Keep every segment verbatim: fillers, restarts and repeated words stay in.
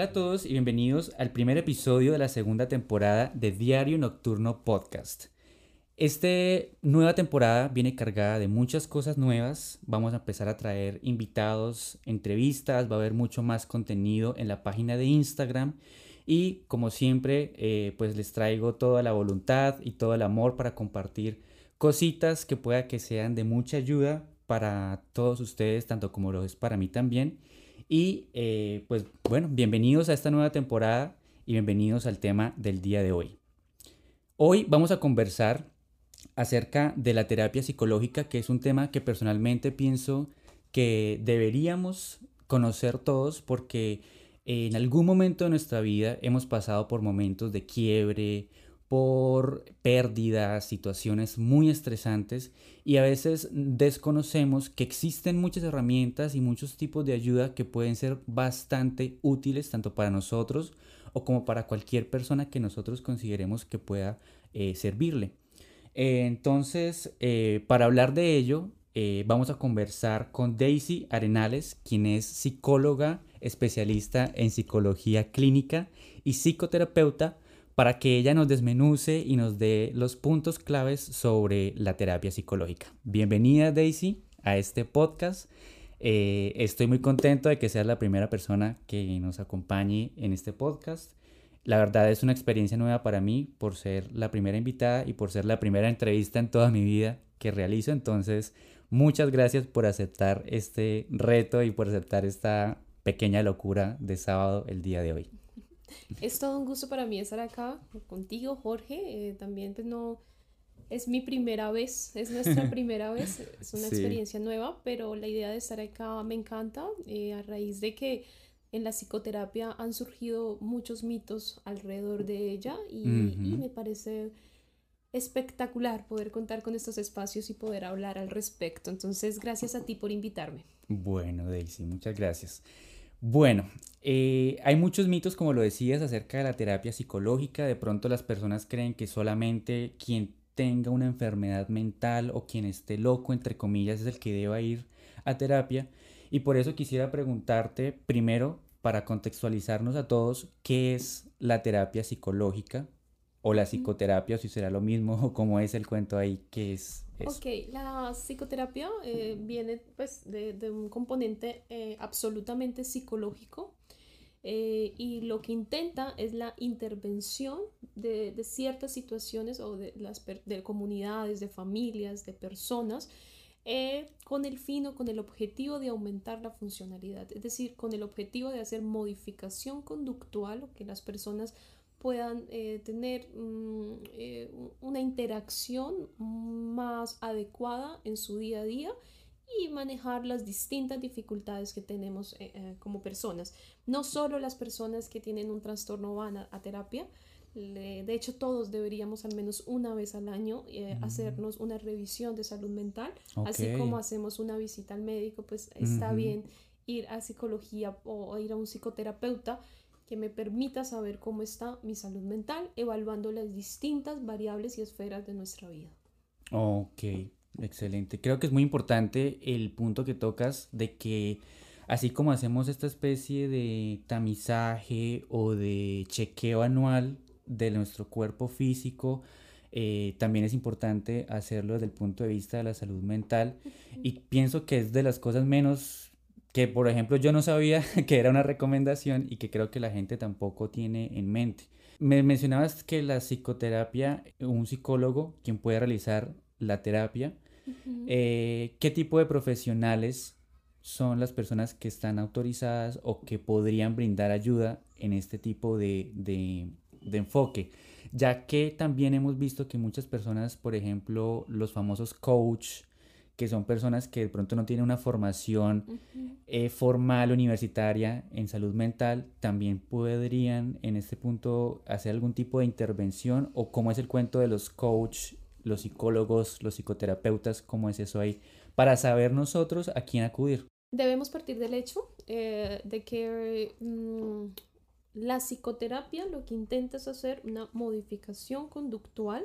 Hola a todos y bienvenidos al primer episodio de la segunda temporada de Diario Nocturno Podcast. Esta nueva temporada viene cargada de muchas cosas nuevas. Vamos a empezar a traer invitados, entrevistas, va a haber mucho más contenido en la página de Instagram y como siempre eh, pues les traigo toda la voluntad y todo el amor para compartir cositas que pueda que sean de mucha ayuda para todos ustedes, tanto como lo es para mí también. Y eh, pues bueno, bienvenidos a esta nueva temporada y bienvenidos al tema del día de hoy. Hoy vamos a conversar acerca de la terapia psicológica, que es un tema que personalmente pienso que deberíamos conocer todos porque en algún momento de nuestra vida hemos pasado por momentos de quiebre, por pérdidas, situaciones muy estresantes y a veces desconocemos que existen muchas herramientas y muchos tipos de ayuda que pueden ser bastante útiles tanto para nosotros o como para cualquier persona que nosotros consideremos que pueda eh, servirle. Eh, entonces, eh, para hablar de ello, eh, vamos a conversar con Daisy Arenales, quien es psicóloga, especialista en psicología clínica y psicoterapeuta, para que ella nos desmenuce y nos dé los puntos claves sobre la terapia psicológica. Bienvenida, Daisy, a este podcast. Eh, estoy muy contento de que seas la primera persona que nos acompañe en este podcast. La verdad es una experiencia nueva para mí por ser la primera invitada y por ser la primera entrevista en toda mi vida que realizo. Entonces, muchas gracias por aceptar este reto y por aceptar esta pequeña locura de sábado el día de hoy. Es todo un gusto para mí estar acá contigo, Jorge. Eh, también pues no es mi primera vez, es nuestra primera vez, es una Sí. experiencia nueva, pero la idea de estar acá me encanta eh, a raíz de que en la psicoterapia han surgido muchos mitos alrededor de ella y, y Ujú. me parece espectacular poder contar con estos espacios y poder hablar al respecto. Entonces, gracias a ti por invitarme. Bueno, Daisy, muchas gracias. Bueno, eh, hay muchos mitos, como lo decías, acerca de la terapia psicológica. De pronto las personas creen que solamente quien tenga una enfermedad mental o quien esté loco, entre comillas, es el que deba ir a terapia. Y por eso quisiera preguntarte primero, para contextualizarnos a todos, ¿qué es la terapia psicológica o la Ujú. psicoterapia, o si será lo mismo, o cómo es el cuento ahí, qué es eso? Ok, la psicoterapia eh, viene pues de, de un componente eh, absolutamente psicológico eh, y lo que intenta es la intervención de, de ciertas situaciones o de, las per- de comunidades, de familias, de personas eh, con el fin o con el objetivo de aumentar la funcionalidad, es decir, con el objetivo de hacer modificación conductual o que las personas puedan eh, tener mm, eh, una interacción más adecuada en su día a día y manejar las distintas dificultades que tenemos eh, eh, como personas. No solo las personas que tienen un trastorno van a, a terapia, le, de hecho todos deberíamos al menos una vez al año eh, Mm, hacernos una revisión de salud mental, ok. así como hacemos una visita al médico, pues está Ujú. bien ir a psicología o ir a un psicoterapeuta que me permita saber cómo está mi salud mental, evaluando las distintas variables y esferas de nuestra vida. Ok, excelente. Creo que es muy importante el punto que tocas de que así como hacemos esta especie de tamizaje o de chequeo anual de nuestro cuerpo físico, eh, también es importante hacerlo desde el punto de vista de la salud mental y pienso que es de las cosas menos que, por ejemplo, yo no sabía que era una recomendación y que creo que la gente tampoco tiene en mente. Me mencionabas que la psicoterapia, un psicólogo, quien puede realizar la terapia, Ujú. eh, ¿qué tipo de profesionales son las personas que están autorizadas o que podrían brindar ayuda en este tipo de, de, de enfoque? Ya que también hemos visto que muchas personas, por ejemplo, los famosos coach, que son personas que de pronto no tienen una formación Ujú. eh, formal universitaria en salud mental, también podrían en este punto hacer algún tipo de intervención o cómo es el cuento de los coach, los psicólogos, los psicoterapeutas, cómo es eso ahí, para saber nosotros a quién acudir. Debemos partir del hecho eh, de que mm, la psicoterapia lo que intenta es hacer una modificación conductual.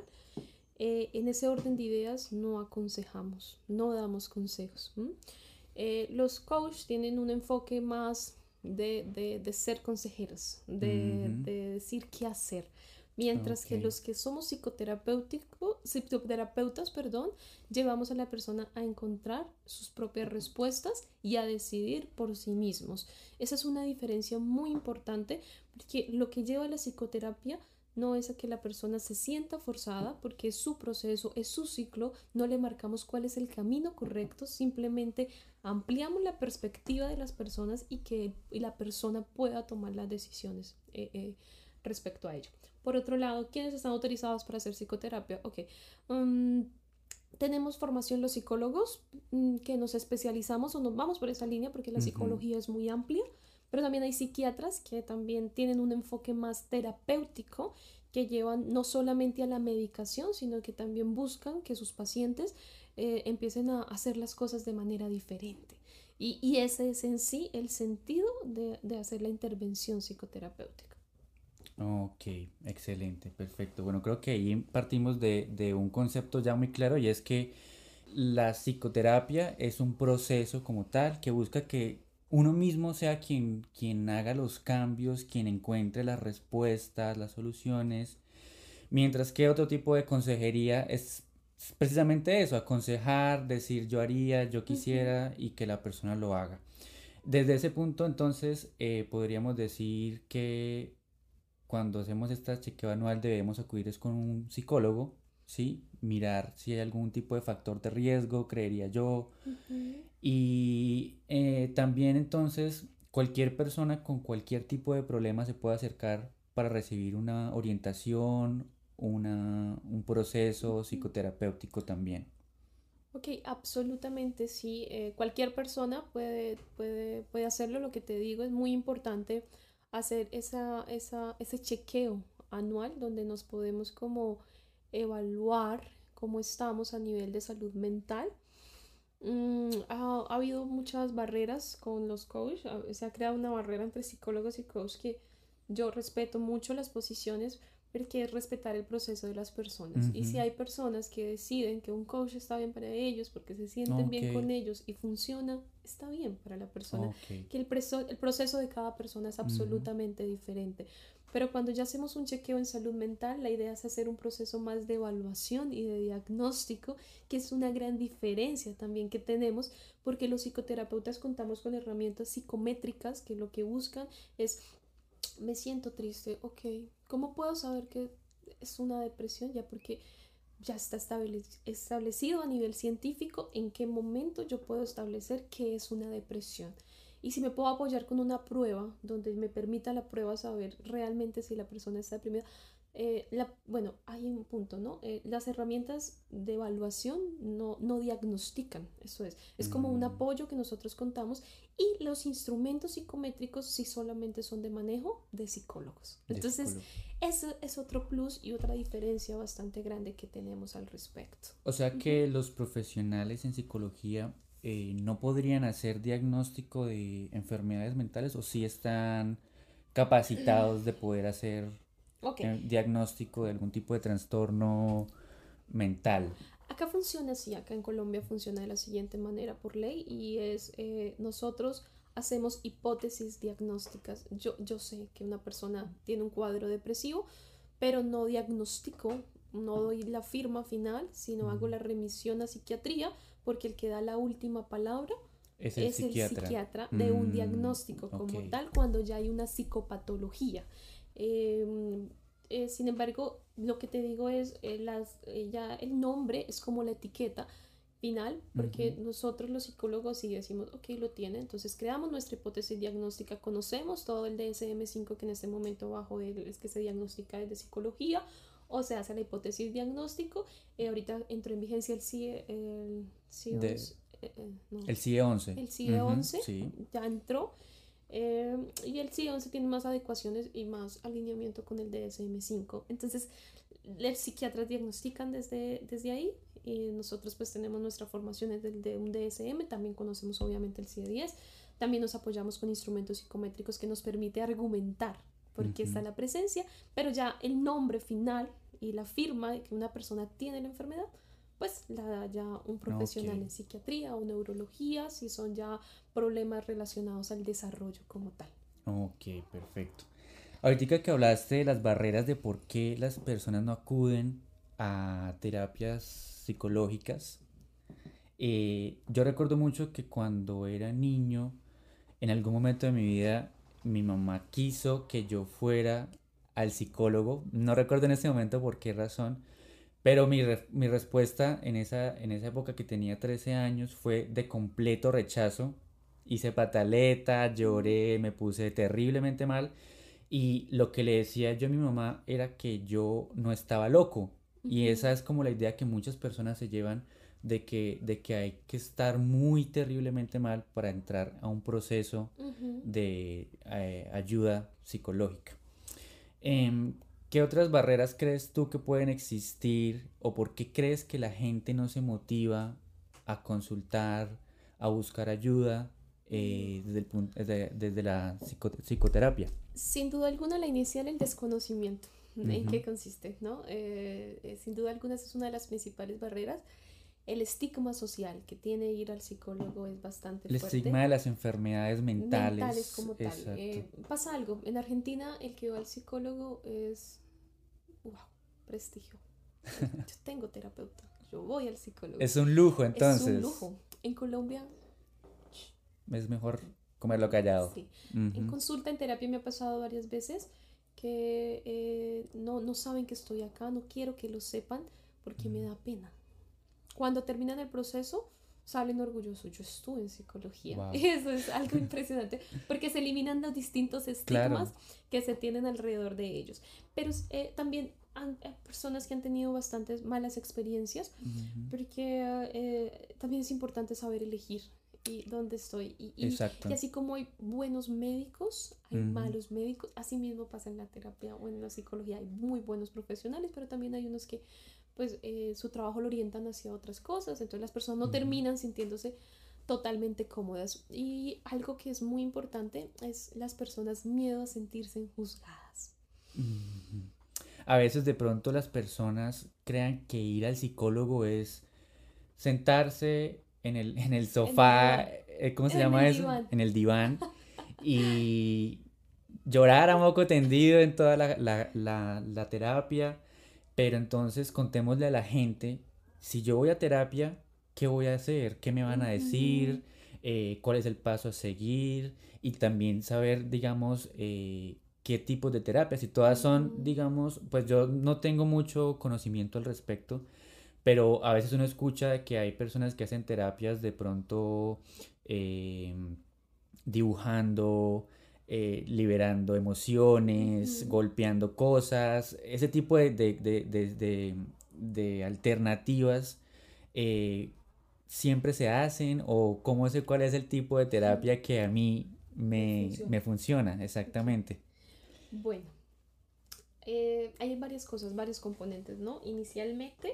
Eh, en ese orden de ideas no aconsejamos, no damos consejos. ¿m? Eh, los coaches tienen un enfoque más de, de, de ser consejeros, de, Ujú. de decir qué hacer. Mientras que Ok. los que somos psicoterapéutico- psicoterapeutas, perdón, llevamos a la persona a encontrar sus propias respuestas y a decidir por sí mismos. Esa es una diferencia muy importante porque lo que lleva a la psicoterapia no es a que la persona se sienta forzada porque es su proceso, es su ciclo, no le marcamos cuál es el camino correcto, simplemente ampliamos la perspectiva de las personas y que y la persona pueda tomar las decisiones eh, eh, respecto a ello. Por otro lado, ¿quiénes están autorizados para hacer psicoterapia? Ok. Um, tenemos formación los psicólogos mm, que nos especializamos o nos vamos por esa línea porque la Ujú. psicología es muy amplia, pero también hay psiquiatras que también tienen un enfoque más terapéutico que llevan no solamente a la medicación, sino que también buscan que sus pacientes eh, empiecen a hacer las cosas de manera diferente. Y, y ese es en sí el sentido de, de hacer la intervención psicoterapéutica. Ok, excelente, perfecto. Bueno, creo que ahí partimos de, de un concepto ya muy claro y es que la psicoterapia es un proceso como tal que busca que uno mismo sea quien, quien haga los cambios, quien encuentre las respuestas, las soluciones, mientras que otro tipo de consejería es precisamente eso, aconsejar, decir yo haría, yo Ujú. quisiera y que la persona lo haga. Desde ese punto, entonces, eh, podríamos decir que cuando hacemos esta chequeo anual debemos acudir es con un psicólogo, ¿sí? Mirar si hay algún tipo de factor de riesgo, creería yo. Ujú. Y eh, también entonces cualquier persona con cualquier tipo de problema se puede acercar para recibir una orientación, una, un proceso Ujú. psicoterapéutico también. Ok, absolutamente sí. Eh, cualquier persona puede, puede, puede hacerlo. Lo que te digo es muy importante hacer esa, esa, ese chequeo anual donde nos podemos como evaluar cómo estamos a nivel de salud mental. Mm, ha, ha habido muchas barreras con los coaches. ah, Se ha creado una barrera entre psicólogos y coaches que yo respeto mucho las posiciones porque es respetar el proceso de las personas. Y si Ujú. hay personas que deciden que un coach está bien para ellos porque se sienten Ok, bien con ellos y funciona, está bien para la persona. ok. Que el, preso- el proceso de cada persona es Ujú. absolutamente diferente. Pero cuando ya hacemos un chequeo en salud mental, la idea es hacer un proceso más de evaluación y de diagnóstico, que es una gran diferencia también que tenemos, porque los psicoterapeutas contamos con herramientas psicométricas que lo que buscan es, me siento triste, ok, ¿cómo puedo saber que es una depresión? Ya porque ya está establecido a nivel científico en qué momento yo puedo establecer qué es una depresión. Y si me puedo apoyar con una prueba donde me permita la prueba saber realmente si la persona está deprimida. Eh, la, bueno, hay un punto, ¿no? Eh, las herramientas de evaluación no, no diagnostican, eso es. Es como un Mm, apoyo que nosotros contamos y los instrumentos psicométricos sí solamente son de manejo de psicólogos. de Entonces, psicólogo. eso es otro plus y otra diferencia bastante grande que tenemos al respecto. O sea Ujú. que los profesionales en psicología eh, no podrían hacer diagnóstico de enfermedades mentales o sí están capacitados de poder hacer Ok, eh, diagnóstico de algún tipo de trastorno mental. acá funciona así, acá en Colombia funciona de la siguiente manera por ley y es eh, nosotros hacemos hipótesis diagnósticas. Yo, yo sé que una persona tiene un cuadro depresivo, pero no diagnostico, no doy la firma final, sino hago Mm, la remisión a psiquiatría porque el que da la última palabra es el es el psiquiatra. psiquiatra de un Mm, diagnóstico ok. como tal cuando ya hay una psicopatología. Eh, eh, sin embargo, lo que te digo es, eh, las, eh, ya el nombre es como la etiqueta final, porque Ujú. nosotros los psicólogos sí decimos, ok, lo tiene, entonces creamos nuestra hipótesis diagnóstica, conocemos todo el D S M cinco que en este momento bajo él es que se diagnostica de psicología, o se hace la hipótesis diagnóstico, eh, ahorita entró en vigencia el C I E, el C I E De, once, eh, eh, no, el C I E once. el C I E Ujú, once sí. ya entró eh, y el C I E once tiene más adecuaciones y más alineamiento con el D S M cinco. Entonces, los psiquiatras diagnostican desde, desde ahí y nosotros pues tenemos nuestra formación desde de un D S M, también conocemos obviamente el C I E diez, también nos apoyamos con instrumentos psicométricos que nos permite argumentar por qué está Ujú. la presencia, pero ya el nombre final y la firma de que una persona tiene la enfermedad pues la, ya un profesional Ok. en psiquiatría o neurología, si son ya problemas relacionados al desarrollo como tal. Ok, perfecto. Ahorita que hablaste de las barreras de por qué las personas no acuden a terapias psicológicas, eh, yo recuerdo mucho que cuando era niño, en algún momento de mi vida, mi mamá quiso que yo fuera al psicólogo. No recuerdo en este momento por qué razón, pero mi, re- mi respuesta en esa, en esa época que tenía trece años fue de completo rechazo. Hice pataleta, Mm, lloré, me puse terriblemente mal y lo que le decía yo a mi mamá era que yo no estaba loco. Y esa ujú, es como la idea que muchas personas se llevan de que, de que hay que estar muy terriblemente mal para entrar a un proceso ujú. de eh, ayuda psicológica. Em, ¿Qué otras barreras crees tú que pueden existir o por qué crees que la gente no se motiva a consultar, a buscar ayuda Mm. eh, desde el pun- desde, desde la psico- psicoterapia? Sin duda alguna, la inicial, el desconocimiento. ¿En Ujú. qué consiste? ¿No? Eh, eh, sin duda alguna, esa es una de las principales barreras. El estigma social que tiene ir al psicólogo es bastante El fuerte. estigma de las enfermedades Mentales mentales, como tal. exacto. Eh, pasa algo. En Argentina, el que va al psicólogo es, wow, prestigio. Eh, yo tengo terapeuta. Yo voy al psicólogo. Es un lujo Es un entonces. lujo. En Colombia, Es mejor comerlo callado. sí. En Ujú, consulta, en terapia me ha pasado varias veces que eh, no, no saben que estoy acá, no quiero que lo sepan porque me da pena. Cuando terminan el proceso, salen orgullosos. Yo estuve en psicología. wow. Eso es algo impresionante porque se eliminan los distintos Claro. estigmas que se tienen alrededor de ellos. Pero eh, también hay personas que han tenido bastantes malas experiencias Ujú, porque eh, también es importante saber elegir y dónde estoy. Y, y, y exacto. así como hay buenos médicos, hay Ujú, malos médicos. Así mismo pasa en la terapia o en la psicología. Hay muy buenos profesionales, pero también hay unos que pues eh, su trabajo lo orientan hacia otras cosas. Entonces las personas no ujú, terminan sintiéndose totalmente cómodas. Y algo que es muy importante es las personas miedo a sentirse juzgadas. ujú. A veces de pronto las personas crean que ir al psicólogo es sentarse en el, en el En el sofá, diván. eh, ¿cómo se En llama el eso? diván. En el diván y llorar a moco tendido en toda la, la, la, la terapia. Pero entonces contémosle a la gente, si yo voy a terapia, ¿qué voy a hacer? ¿Qué me van a Ujú, decir? Eh, ¿cuál es el paso a seguir? Y también saber, digamos, eh, qué tipos de terapias. Si todas son, ujú, digamos, pues yo no tengo mucho conocimiento al respecto, pero a veces uno escucha que hay personas que hacen terapias de pronto eh, dibujando, eh, liberando emociones, ujú. golpeando cosas, ese tipo de, de, de, de, de- de alternativas eh, siempre se hacen o cómo sé cuál es el tipo de terapia que a mí Me me, funciona. me funciona Ok. exactamente. Bueno, eh, hay varias cosas, varios componentes, ¿no? Inicialmente,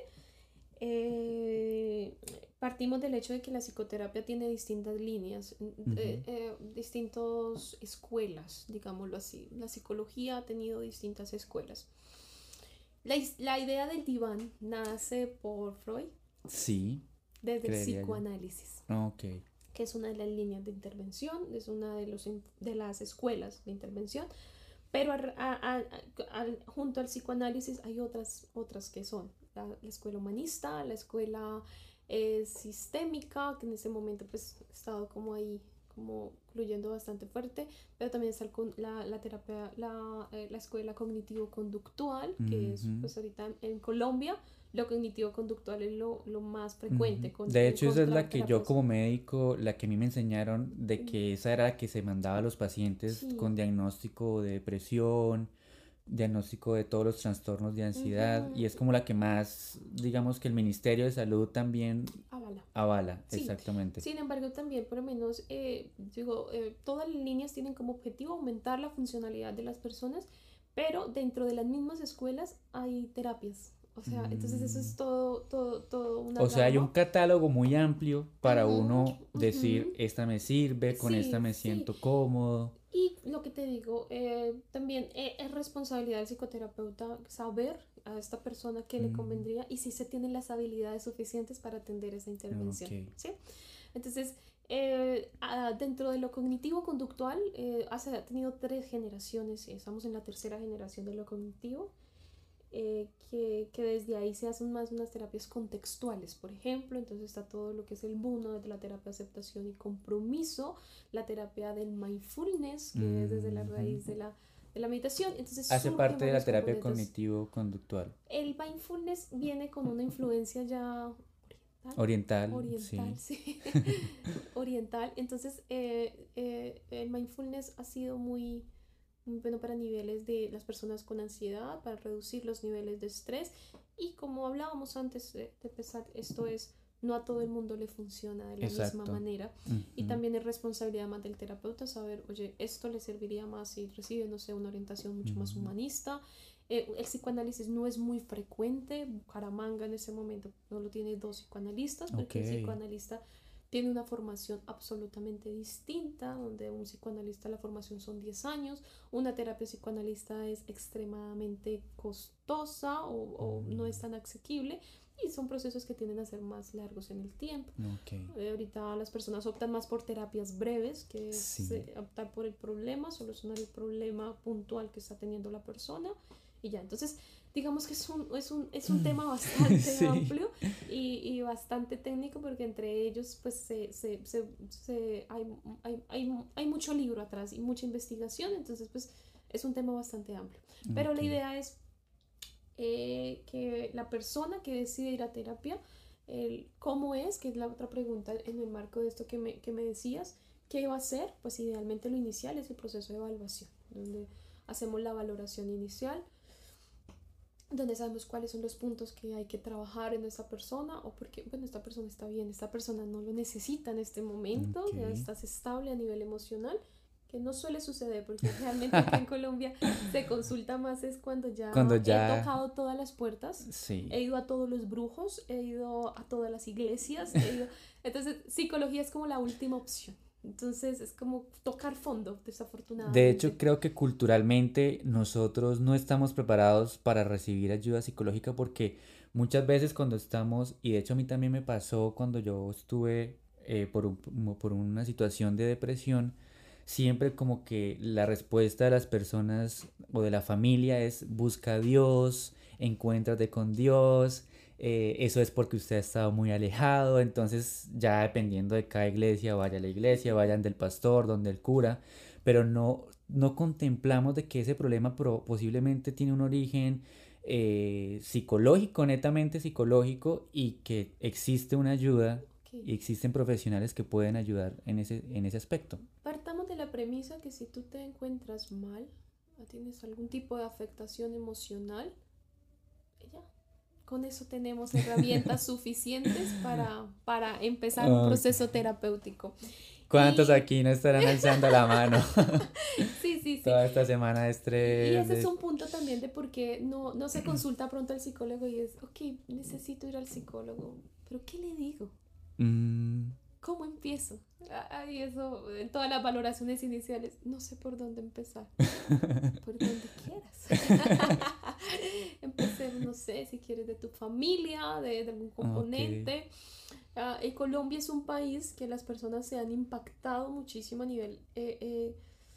eh, partimos del hecho de que la psicoterapia tiene distintas líneas, Ujú, eh, eh, distintas escuelas, digámoslo así. La psicología ha tenido distintas escuelas. La, la idea del diván nace por Freud sí, desde el creería yo. psicoanálisis, Ok. que es una de las líneas de intervención, es una de, los, de las escuelas de intervención, pero a, a, a, junto al psicoanálisis hay otras, otras que son la, la escuela humanista, la escuela eh, sistémica, que en ese momento pues ha estado como ahí, como fluyendo bastante fuerte, pero también está el, la, la, terapia, la, eh, la escuela cognitivo-conductual, que es Ujú. pues ahorita en Colombia, lo cognitivo-conductual es lo, lo más Ujú. frecuente con, De hecho, esa es la encontrar que yo terapias. como médico, la que a mí me enseñaron de que esa era la que se mandaba a los pacientes Sí. con diagnóstico de depresión, diagnóstico de todos los trastornos de ansiedad, y Uh-huh. es como la que más, digamos que el Ministerio de Salud también Avala. avala, Sí, exactamente. sin embargo también por lo menos, eh, digo, eh, todas las líneas tienen como objetivo aumentar la funcionalidad de las personas, pero dentro de las mismas escuelas hay terapias. O sea, entonces eso Mm. es todo, todo, todo una O sea, hay un gama. catálogo muy amplio para Ujú, uno decir, ujú. esta me sirve, con esta Sí, me sí. siento cómodo. Y lo que te digo, eh, también eh, es responsabilidad del psicoterapeuta saber a esta persona qué le Mm. convendría y si se tienen las habilidades suficientes para atender esa intervención. Ok. ¿Sí? Entonces, eh, ah, dentro de lo cognitivo-conductual, eh, hace- ha tenido tres generaciones, eh, estamos en la tercera generación de lo cognitivo, eh, que, que desde ahí se hacen más unas terapias contextuales, por ejemplo. Entonces está todo lo que es el bono de la terapia de aceptación y compromiso, la terapia del mindfulness, que es desde la raíz de Ujú. la, de la meditación. Entonces Hace surgen parte de la varios terapia componentes. cognitivo-conductual. El mindfulness viene con una influencia ya oriental, Oriental, oriental, sí. sí, oriental. Entonces, eh, eh, el mindfulness ha sido muy, muy bueno para niveles de las personas con ansiedad, para reducir los niveles de estrés. Y como hablábamos antes de, de empezar, esto es, no a todo el mundo le funciona de la misma Exacto. manera. Y Ujú. también es responsabilidad más del terapeuta saber, oye, esto le serviría más si recibe, no sé, una orientación mucho más Ujú. humanista. Eh, el psicoanálisis no es muy frecuente. Bucaramanga en ese momento no lo tiene dos psicoanalistas, Ok. porque el psicoanalista tiene una formación absolutamente distinta, donde un psicoanalista la formación son diez años, una terapia psicoanalista es extremadamente costosa o, o no es Mm. tan asequible y son procesos que tienden a ser más largos en el tiempo. Ok. Eh, ahorita las personas optan más por terapias breves, que es Sí. eh, optar por el problema, solucionar el problema puntual que está teniendo la persona y ya. Entonces, digamos que es un, es un, es un tema bastante Sí. amplio y, y bastante técnico porque entre ellos pues se, se, se, se- hay, hay, hay, hay mucho libro atrás y mucha investigación, entonces pues es un tema bastante amplio. Pero Ok. la idea es eh, que la persona que decide ir a terapia, el cómo es, que es la otra pregunta en el marco de esto que me, que me decías, ¿qué va a hacer? Pues idealmente lo inicial es el proceso de evaluación, donde hacemos la valoración inicial, donde sabemos cuáles son los puntos que hay que trabajar en esta persona o porque, bueno, esta persona está bien, esta persona no lo necesita en este momento, Ok. ya estás estable a nivel emocional, que no suele suceder porque realmente acá en Colombia se consulta más es cuando Cuando ya he ya. tocado todas las puertas, Sí. he ido a todos los brujos, he ido a todas las iglesias, he ido... Entonces, psicología es como la última opción. Entonces, es como tocar fondo, De hecho, desafortunadamente. creo que culturalmente nosotros no estamos preparados para recibir ayuda psicológica porque muchas veces cuando estamos, y de hecho a mí también me pasó cuando yo estuve eh, por un- como por una situación de depresión, siempre como que la respuesta de las personas o de la familia es busca a Dios, encuéntrate con Dios, eh, eso es porque usted ha estado muy alejado, entonces ya dependiendo de cada iglesia, vaya a la iglesia, vayan del pastor, donde el cura, pero no, no contemplamos de que ese problema pro- posiblemente tiene un origen eh, psicológico, netamente psicológico, y que existe una ayuda Ok. y existen profesionales que pueden ayudar en ese, en ese aspecto. Partamos de la premisa que si tú te encuentras mal, o tienes algún tipo de afectación emocional, ya, con eso tenemos herramientas suficientes para, para empezar un Ok. proceso terapéutico. ¿Cuántos Y aquí no estarán alzando la mano sí, sí, sí. toda esta semana de Y estrés? ese es De... un punto también de por qué no, no se consulta pronto al psicólogo y es, ok, necesito ir al psicólogo, pero ¿qué le digo? Mm, ¿Cómo empiezo? Ay, eso, en todas las valoraciones iniciales, no sé por dónde empezar. Por donde quieras. Empecemos, no sé, si quieres de tu familia, de, de algún ok. componente. Uh, eh, Colombia es un país que las personas se han impactado muchísimo a nivel, eh, eh,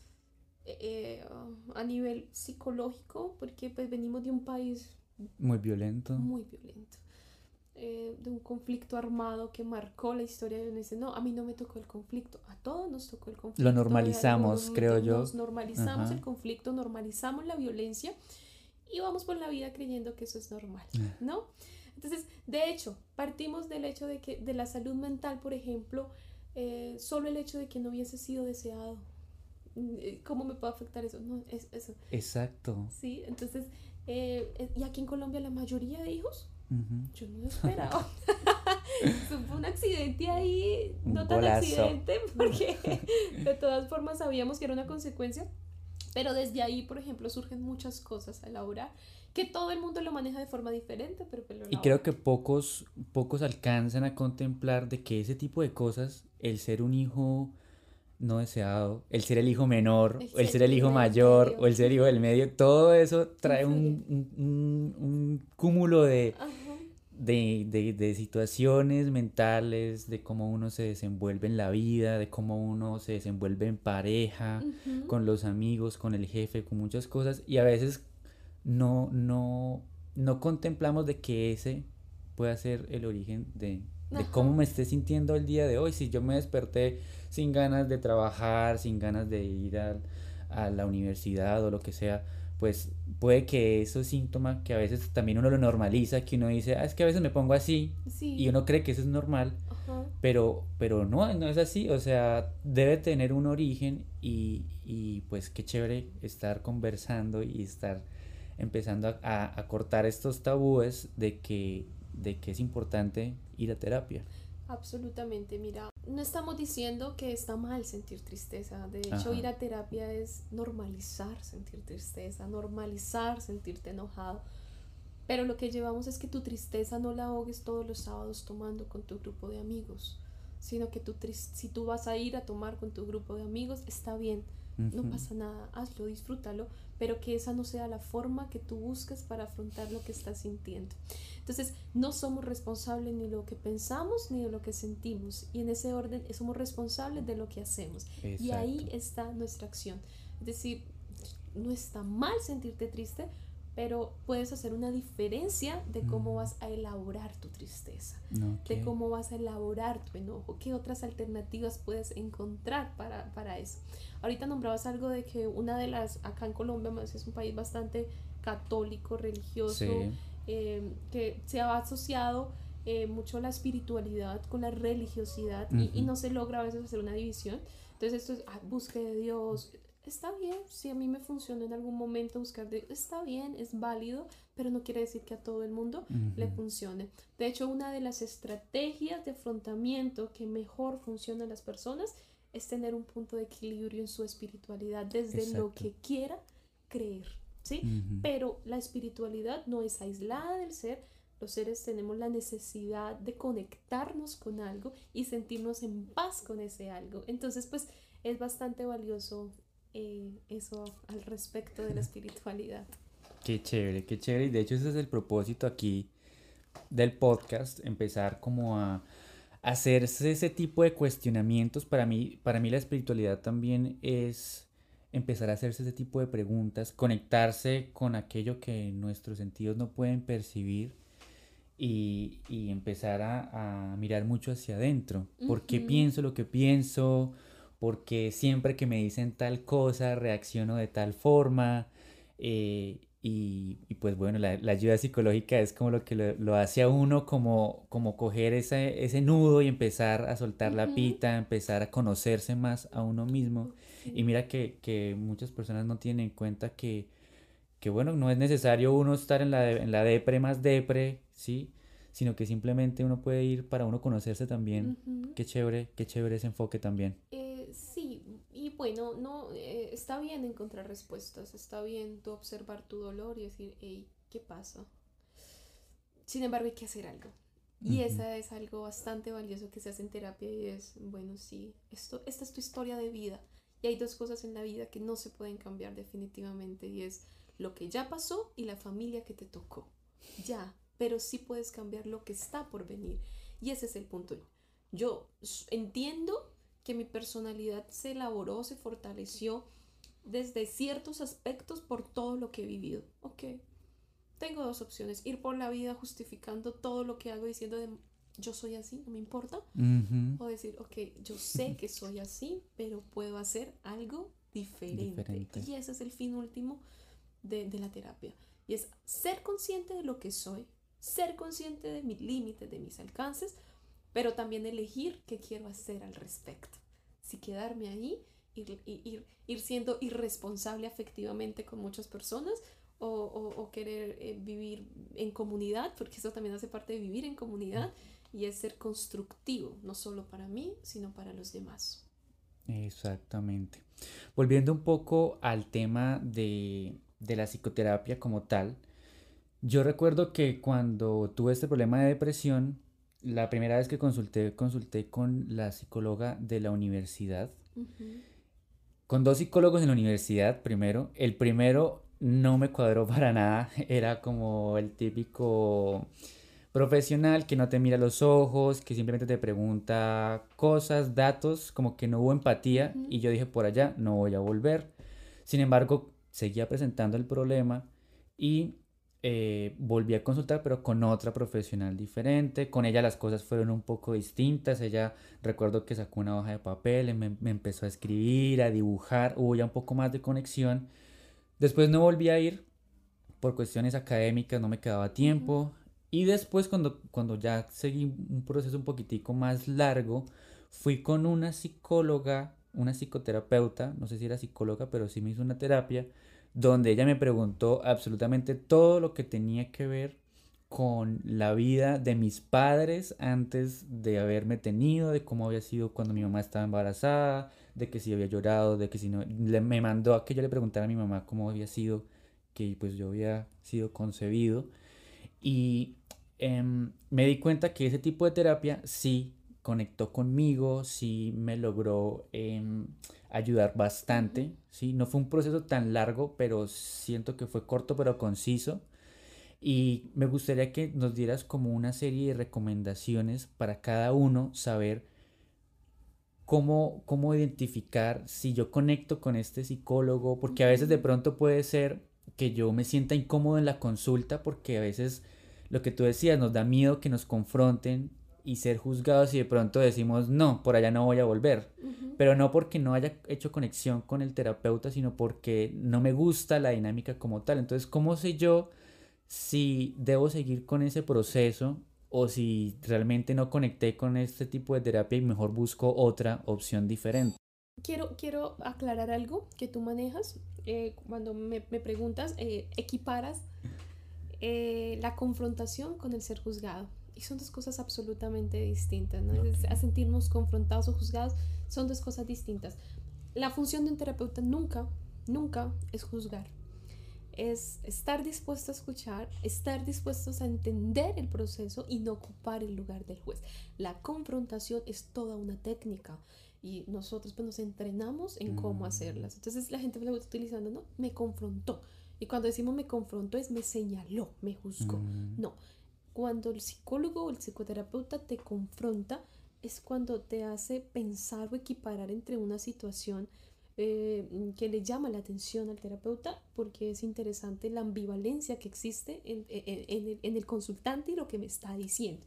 eh, uh, a nivel psicológico, porque pues venimos de un país Muy violento. muy violento. Eh, de un conflicto armado que marcó la historia y uno dice, no, a mí no me tocó el conflicto, a todos nos tocó el Lo conflicto de algún normalizamos, momento, creo nos yo. normalizamos el Ajá. conflicto, normalizamos la violencia y vamos por la vida creyendo que eso es normal, ¿no? Entonces, de hecho, partimos del hecho de que de la salud mental, por ejemplo, eh, solo el hecho de que no hubiese sido deseado, ¿cómo me puede afectar eso? No, es eso. Exacto. Sí, entonces, eh, y aquí en Colombia la mayoría de hijos, Ujú. yo no esperaba. Eso fue un accidente ahí, Un no tan golazo. accidente, porque de todas formas sabíamos que era una consecuencia, pero desde ahí, por ejemplo, surgen muchas cosas a elaborar, que todo el mundo lo maneja de forma diferente, pero pues lo Y creo elabora. que pocos, pocos alcanzan a contemplar de que ese tipo de cosas, el ser un hijo no deseado, el ser el hijo menor, El o el ser ser el hijo hijo del mayor, medio. o el ser el hijo del medio, todo eso trae Influye. un, un, un- un cúmulo de, Ajá. de, de, de situaciones mentales, de cómo uno se desenvuelve en la vida, de cómo uno se desenvuelve en pareja, Ujú. con los amigos, con el jefe, con muchas cosas, y a veces no, no, no contemplamos de que ese pueda ser el origen de, de cómo Ajá. me esté sintiendo el día de hoy. Si yo me desperté sin ganas de trabajar, sin ganas de ir a, a la universidad o lo que sea, pues puede que esos síntomas que a veces también uno lo normaliza, que uno dice, ah, es que a veces me pongo así y Sí. uno cree que eso es normal, Ajá. pero, pero no, no es así, o sea, debe tener un origen y, y pues qué chévere estar conversando y estar empezando a, a- a cortar estos tabúes de que, de que es importante ir a terapia. Absolutamente, mira, no estamos diciendo que está mal sentir tristeza. De hecho, Ajá, ir a terapia es normalizar sentir tristeza, normalizar sentirte enojado. Pero lo que llevamos es que tu tristeza no la ahogues todos los sábados tomando con tu grupo de amigos, sino que tu tris- si tú vas a ir a tomar con tu grupo de amigos, está bien, no ujú, pasa nada, hazlo, disfrútalo, pero que esa no sea la forma que tú buscas para afrontar lo que estás sintiendo. Entonces, no somos responsables ni de lo que pensamos ni de lo que sentimos, y en ese orden somos responsables de lo que hacemos. Y ahí exacto. está nuestra acción. Es decir, no está mal sentirte triste, pero puedes hacer una diferencia de cómo Mm, vas a elaborar tu tristeza, ok, de cómo vas a elaborar tu enojo, qué otras alternativas puedes encontrar para, para eso. Ahorita nombrabas algo de que una de las, acá en Colombia es un país bastante católico, religioso, sí, eh, que se ha asociado eh, mucho la espiritualidad con la religiosidad y, y ujú, no se logra a veces hacer una división. Entonces esto es ah, búsqueda de Dios, está bien, si a mí me funcionó en algún momento buscar de, está bien, es válido, pero no quiere decir que a todo el mundo le ujú, funcione. De hecho, una de las estrategias de afrontamiento que mejor funciona en las personas es tener un punto de equilibrio en su espiritualidad desde lo exacto. que quiera creer, ¿sí? Ujú, Pero la espiritualidad no es aislada del ser. Los seres tenemos la necesidad de conectarnos con algo y sentirnos en paz con ese algo. Entonces, pues es bastante valioso eh, eso al respecto de la espiritualidad. qué chévere, qué chévere. Y de hecho ese es el propósito aquí del podcast, empezar como a hacerse ese tipo de cuestionamientos. Para mí, para mí la espiritualidad también es empezar a hacerse ese tipo de preguntas, conectarse con aquello que nuestros sentidos no pueden percibir y, y empezar a, a mirar mucho hacia adentro. ¿Por qué Ujú. pienso lo que pienso? Porque siempre que me dicen tal cosa reacciono de tal forma. Eh, y, y pues bueno, la, la ayuda psicológica es como lo que lo, lo hace a uno como, como coger ese, ese nudo y empezar a soltar la Ujú. pita, empezar a conocerse más a uno mismo. Y Sí. mira que, que muchas personas no tienen en cuenta que que bueno, no es necesario uno estar en la, de- en la depre más depre, ¿sí? Sino que simplemente uno puede ir para uno conocerse también. Ujú. Qué chévere, qué chévere ese enfoque también. Eh, sí, y bueno, no, eh, está bien encontrar respuestas, está bien tú observar tu dolor y decir, hey, ¿qué pasa? Sin embargo, hay que hacer algo. Y Ujú, esa es algo bastante valioso que se hace en terapia y es, bueno, sí, esto, esta es tu historia de vida. Y hay dos cosas en la vida que no se pueden cambiar definitivamente y es lo que ya pasó y la familia que te tocó. Ya, pero sí puedes cambiar lo que está por venir. Y ese es el punto. Yo entiendo que mi personalidad se elaboró, se fortaleció desde ciertos aspectos por todo lo que he vivido. Ok, tengo dos opciones, ir por la vida justificando todo lo que hago diciendo de yo soy así, no me importa, ujú, o decir, ok, yo sé que soy así, pero puedo hacer algo diferente. diferente. Y ese es el fin último de, de la terapia. Y es ser consciente de lo que soy, ser consciente de mis límites, de mis alcances, pero también elegir qué quiero hacer al respecto. Si quedarme ahí, ir, ir, ir siendo irresponsable afectivamente con muchas personas o, o, o querer eh, vivir en comunidad, porque eso también hace parte de vivir en comunidad y es ser constructivo, no solo para mí, sino para los demás. Exactamente. Volviendo un poco al tema de, de la psicoterapia como tal, yo recuerdo que cuando tuve este problema de depresión, la primera vez que consulté, consulté con la psicóloga de la universidad. Ujú. Con dos psicólogos en la universidad, primero. El primero no me cuadró para nada. Era como el típico profesional que no te mira a los ojos, que simplemente te pregunta cosas, datos, como que no hubo empatía. Ujú. Y yo dije, por allá no voy a volver. Sin embargo, seguía presentando el problema y eh, volví a consultar, pero con otra profesional diferente. Con ella las cosas fueron un poco distintas. Ella, recuerdo que sacó una hoja de papel, y me, me empezó a escribir, a dibujar, hubo ya un poco más de conexión. Después no volví a ir por cuestiones académicas, no me quedaba Ujú. tiempo. Y después, cuando, cuando ya seguí un proceso un poquitico más largo, fui con una psicóloga, una psicoterapeuta, no sé si era psicóloga, pero sí me hizo una terapia, donde ella me preguntó absolutamente todo lo que tenía que ver con la vida de mis padres antes de haberme tenido, de cómo había sido cuando mi mamá estaba embarazada, de que si había llorado, de que si no, le- me mandó a que yo le preguntara a mi mamá cómo había sido que pues yo había sido concebido y em, me di cuenta que ese tipo de terapia sí conectó conmigo, sí me logró em, ayudar Ujú. bastante, sí, no fue un proceso tan largo, pero siento que fue corto pero conciso y me gustaría que nos dieras como una serie de recomendaciones para cada uno saber cómo, cómo identificar si yo conecto con este psicólogo, porque a veces de Ujú. pronto puede ser que yo me sienta incómodo en la consulta, porque a veces lo que tú decías nos da miedo que nos confronten y ser juzgados y de pronto decimos, no, por allá no voy a volver. Ujú. Pero no porque no haya hecho conexión con el terapeuta, sino porque no me gusta la dinámica como tal. Entonces, ¿cómo sé yo si debo seguir con ese proceso o si realmente no conecté con este tipo de terapia y mejor busco otra opción diferente? Quiero, quiero aclarar algo que tú manejas. Eh, cuando me, me preguntas, eh, equiparas eh, la confrontación con el ser juzgado. Y son dos cosas absolutamente distintas, ¿no? Ok. Es- a sentirnos confrontados o juzgados son dos cosas distintas. La función de un terapeuta nunca, nunca es juzgar. Es estar dispuesto a escuchar, estar dispuestos a entender el proceso y no ocupar el lugar del juez. La confrontación es toda una técnica y nosotros pues nos entrenamos en cómo Mm, hacerlas. Entonces la gente lo está utilizando, ¿no? Me confrontó. Y cuando decimos me confrontó es me señaló, me juzgó. mm, No, cuando el psicólogo o el psicoterapeuta te confronta es cuando te hace pensar o equiparar entre una situación eh, que le llama la atención al terapeuta porque es interesante la ambivalencia que existe en, en, en, el, en el consultante y lo que me está diciendo.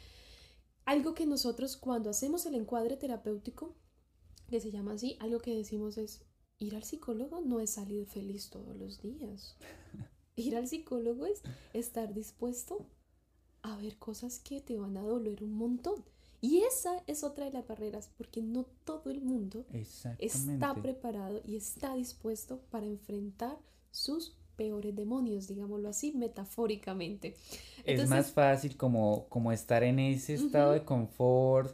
Algo que nosotros cuando hacemos el encuadre terapéutico, que se llama así, algo que decimos es, ir al psicólogo no es salir feliz todos los días. Ir al psicólogo es estar dispuesto a ver cosas que te van a doler un montón. Y esa es otra de las barreras, porque no todo el mundo está exactamente. preparado y está dispuesto para enfrentar sus peores demonios, digámoslo así, metafóricamente. Es más Entonces, fácil como, como estar en ese estado ujú, de confort,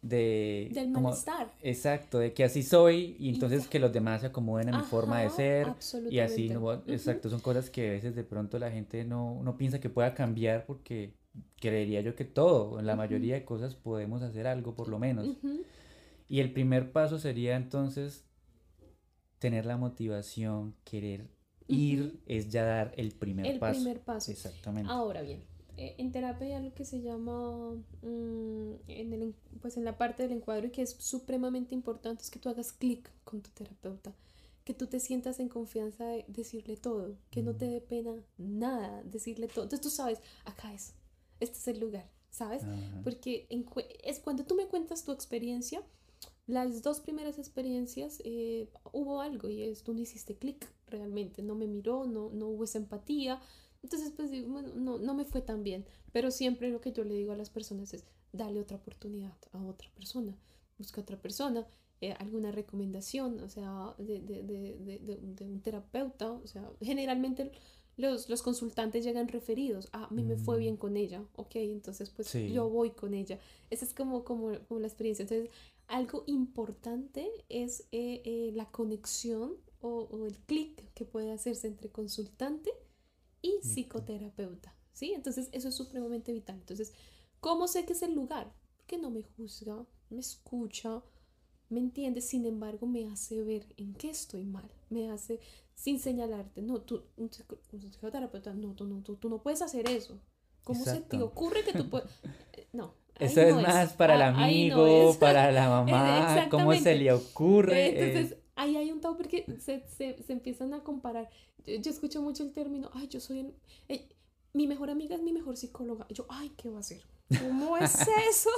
de del como, malestar. exacto, de que así soy y Y entonces ya. que los demás se acomoden a mi forma de Ajá, ser y así, absolutamente. no, Ujú, exacto, son cosas que a veces de pronto la gente no, no piensa que pueda cambiar porque creería yo que todo, en la ujú, mayoría de cosas podemos hacer algo por lo menos. ujú, Y el primer paso sería entonces tener la motivación, querer ujú. ir, es ya dar el primer El paso. primer paso. Exactamente. Ahora bien, eh, en terapia hay algo que se llama, mm, en el, en- pues en la parte del encuadro y que es supremamente importante, es que tú hagas clic con tu terapeuta, que tú te sientas en confianza de decirle todo, que no te Mm, dé pena nada decirle todo. Entonces tú sabes, acá es, este es el lugar, ¿sabes? ajá. Porque en cu- es cuando tú me cuentas tu experiencia, las dos primeras experiencias eh, hubo algo y es tú no hiciste clic realmente, no me miró, no, no hubo esa empatía. Entonces, pues digo, bueno, no, no me fue tan bien, pero siempre lo que yo le digo a las personas es, dale otra oportunidad a otra persona, busca otra persona, eh, alguna recomendación, o sea, de, de, de, de, de, de un terapeuta, o sea, generalmente los, los consultantes llegan referidos, ah, a mí me fue Mm, bien con ella, ok, entonces pues sí, yo voy con ella. Esa es como, como, como la experiencia. Entonces, algo importante es eh, eh, la conexión o, o el clic que puede hacerse entre consultante y listo. psicoterapeuta, ¿sí? Entonces eso es supremamente vital. Entonces, ¿cómo sé que es el lugar? Porque no me juzga, me escucha, me entiende, sin embargo me hace ver en qué estoy mal, me hace sin señalarte, no, tú, un, psico, un psicoterapeuta, no, tú no, tú, tú no puedes hacer eso. ¿Cómo se te Exacto. ocurre que tú puedes? No, ahí Eso es no es, más para el ah, ahí no es. amigo, para la Eh, mamá, cómo se exactamente. le Eh, ocurre. Entonces, Eh, ahí hay un tabú porque se, se, se empiezan a comparar. Yo, yo escucho mucho el término, ay, yo soy, el, eh, mi mejor amiga es mi mejor psicóloga. Yo, ay, ¿qué va a hacer? ¿Cómo es eso?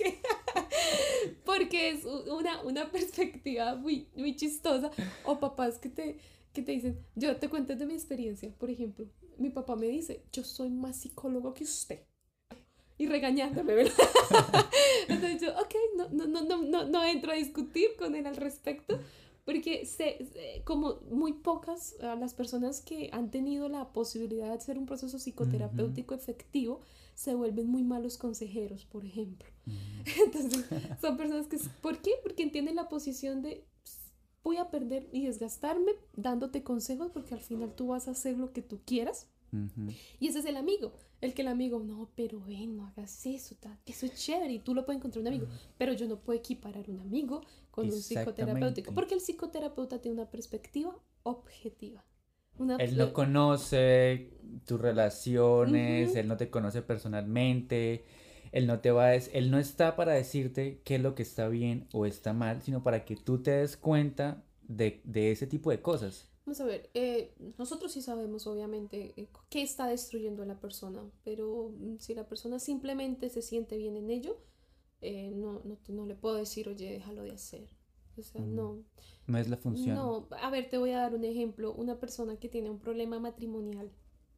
Porque es una, una perspectiva muy, muy chistosa. O papás que te, que te dicen, yo te cuento de mi experiencia, por ejemplo, mi papá me dice, yo soy más psicólogo que usted. Y regañándome, ¿verdad? Entonces yo, ok, no, no, no, no, no, no entro a discutir con él al respecto, porque sé, sé, como muy pocas uh, las personas que han tenido la posibilidad de hacer un proceso ujú, psicoterapéutico efectivo se vuelven muy malos consejeros, por ejemplo. ujú, Entonces, son personas que, ¿por qué? Porque entienden la posición de voy a perder y desgastarme dándote consejos porque al final tú vas a hacer lo que tú quieras. ujú. Y ese es el amigo. El que el amigo, no, pero ven, no hagas eso, ta, eso es chévere y tú lo puedes encontrar un amigo. Pero yo no puedo equiparar un amigo con un psicoterapéutico Exactamente. porque el psicoterapeuta tiene una perspectiva objetiva. Una, Él no eh, conoce tus relaciones, ujú. él no te conoce personalmente, él no te va a des- él no está para decirte qué es lo que está bien o está mal, sino para que tú te des cuenta de, de ese tipo de cosas. Vamos a ver, eh, nosotros sí sabemos obviamente eh, qué está destruyendo a la persona, pero mm, si la persona simplemente se siente bien en ello, eh, no, no, te- no le puedo decir, oye, déjalo de hacer. O sea, Mm, no, No es la función. no. A ver, te voy a dar un ejemplo. Una persona que tiene un problema matrimonial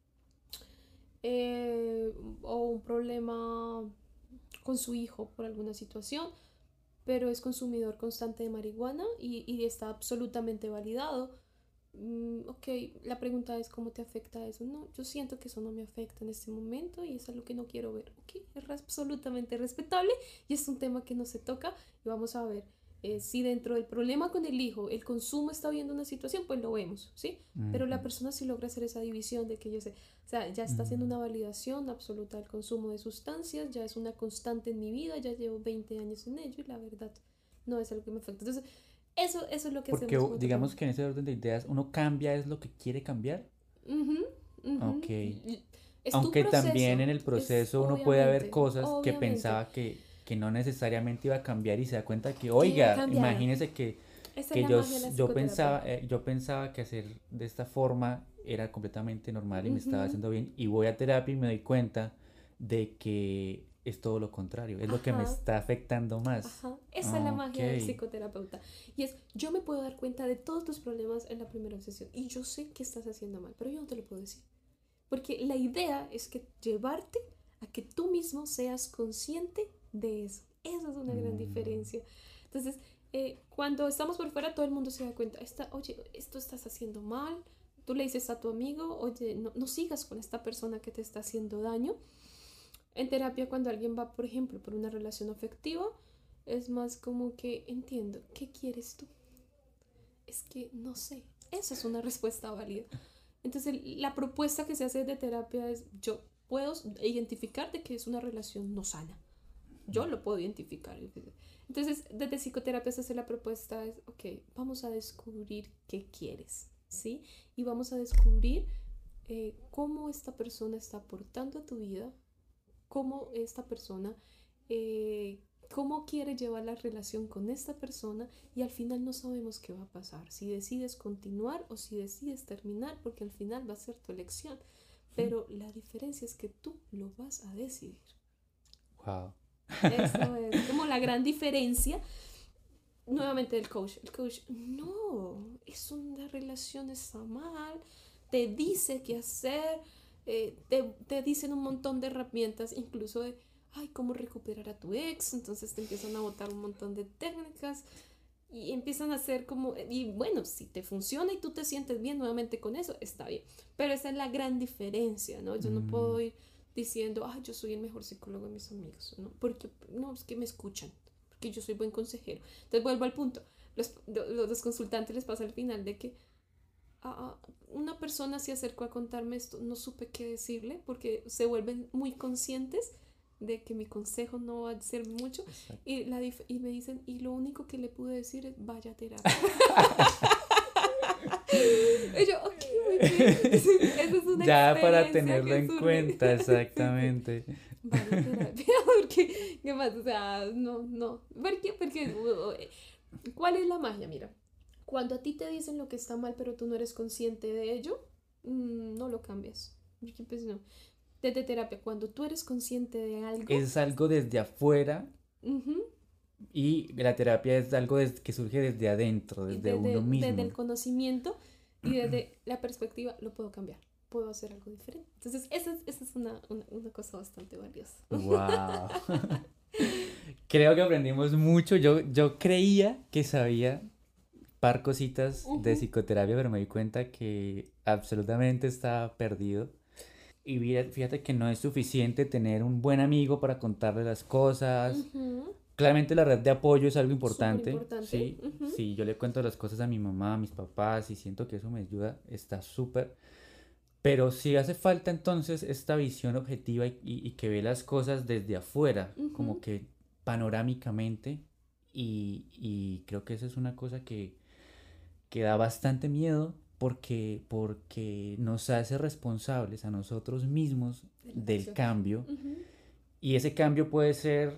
eh, o un problema con su hijo por alguna situación, pero es consumidor constante de marihuana y, y está absolutamente validado. Mm, ok, la pregunta es cómo te afecta eso. No, yo siento que eso no me afecta en este momento y es algo que no quiero ver. Ok, es absolutamente respetable y es un tema que no se toca y vamos a ver eh, si dentro del problema con el hijo el consumo está viendo una situación, pues lo vemos, ¿sí? Pero Ujú, la persona sí logra hacer esa división de que yo sé, o sea, ya está haciendo mm. una validación absoluta del consumo de sustancias, ya es una constante en mi vida, ya llevo veinte años en ello y la verdad no es algo que me afecta. Entonces, eso, eso es lo que Porque hacemos u- con otro digamos programa. que en ese orden de ideas uno cambia es lo que quiere cambiar. Ujú, Ok. ujú. Es tu Aunque también proceso, en el es proceso uno puede haber obviamente, cosas que obviamente. pensaba que, que no necesariamente iba a cambiar y se da cuenta que, Que oiga, cambiaron. imagínese que, Esa es que la yo, magia de s- la yo psicoterapia. pensaba, eh, yo pensaba que hacer de esta forma era completamente normal y me estaba Ujú. haciendo bien y voy a terapia y me doy cuenta de que es todo lo contrario, es lo que me Ajá, está afectando más. ajá. Esa es la Ok. magia del psicoterapeuta. Y es, yo me puedo dar cuenta de todos tus problemas en la primera sesión. Y yo sé que estás haciendo mal, pero yo no te lo puedo decir. Porque la idea es que llevarte a que tú mismo seas consciente de eso. Esa es una gran Mm, diferencia. Entonces, eh, cuando estamos por fuera, todo el mundo se da cuenta, Esta, oye, esto estás haciendo mal. Tú le dices a tu amigo, oye, no, no sigas con esta persona que te está haciendo daño. En terapia, cuando alguien va, por ejemplo, por una relación afectiva, es más como que entiendo, ¿qué quieres tú? Es que no sé. Esa es una respuesta válida. Entonces, la propuesta que se hace de terapia es, yo puedo identificar de que es una relación no sana. Yo lo puedo identificar. Entonces, desde psicoterapia se hace la propuesta es, ok, vamos a descubrir qué quieres, ¿sí? Y vamos a descubrir eh, cómo esta persona está aportando a tu vida, cómo esta persona, eh, cómo quiere llevar la relación con esta persona y al final no sabemos qué va a pasar, si decides continuar o si decides terminar, porque al final va a ser tu elección, pero la diferencia es que tú lo vas a decidir. wow. Eso es como la gran diferencia nuevamente del coach. El coach, no, es una relación está mal, te dice qué hacer, eh, te, te dicen un montón de herramientas, incluso de, ay, cómo recuperar a tu ex, entonces te empiezan a botar un montón de técnicas y empiezan a hacer como, y bueno, si te funciona y tú te sientes bien nuevamente con eso, está bien, pero esa es la gran diferencia, ¿no? Yo no Mm, puedo ir diciendo, ay, yo soy el mejor psicólogo de mis amigos, ¿no? Porque, no, es que me escuchan, porque yo soy buen consejero. Entonces vuelvo al punto, los, los, los consultantes les pasa al final de que ah, una persona se acercó a contarme esto, no supe qué decirle, porque se vuelven muy conscientes de que mi consejo no va a ser mucho. Y, la dif- y me dicen, y lo único que le pude decir es, vaya a terapia. Y yo, ok, muy bien. Esa es una Ya para experiencia tenerlo que en surge. cuenta, Sí, sí. exactamente. Vaya a terapia, porque, ¿qué más? O sea, no, no. ¿Por qué? Porque, uh, ¿cuál es la magia? Mira, cuando a ti te dicen lo que está mal, pero tú no eres consciente de ello, mm, no lo cambias. Porque, pues, no. Desde terapia, cuando tú eres consciente de algo, Es algo desde afuera ujú, y la terapia es algo des- que surge desde adentro, y desde uno desde, desde mismo. el conocimiento y desde la perspectiva, lo puedo cambiar. Puedo hacer algo diferente. Entonces, esa es, esa es una, una, una cosa bastante valiosa. Wow. Creo que aprendimos mucho. Yo, yo creía que sabía par cositas de Ujú, psicoterapia, pero me di cuenta que absolutamente estaba perdido. Y vi- fíjate que no es suficiente tener un buen amigo para contarle las cosas. ujú. Claramente la red de apoyo es algo Súper importante, importante. sí. Ujú, Si yo le cuento las cosas a mi mamá, a mis papás y siento que eso me ayuda, está súper. Pero si hace falta entonces esta visión objetiva y, y- y que ve las cosas desde afuera, como ujú, que panorámicamente. Y, y creo que esa es una cosa que, que da bastante miedo porque, porque nos hace responsables a nosotros mismos de las del acciones. cambio. Ujú, Y ese cambio puede ser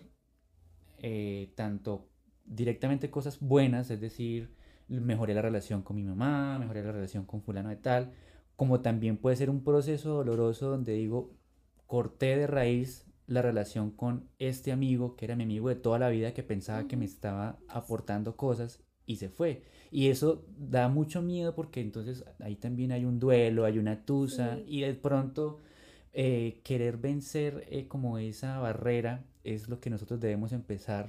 eh, tanto directamente cosas buenas, es decir, mejoré la relación con mi mamá, mejoré la relación con fulano de tal, como también puede ser un proceso doloroso donde digo, corté de raíz la relación con este amigo que era mi amigo de toda la vida que pensaba que me ujú. estaba aportando cosas y se fue. Y eso da mucho miedo porque entonces ahí también hay un duelo, hay una tusa Sí. y de pronto eh, querer vencer eh, como esa barrera es lo que nosotros debemos empezar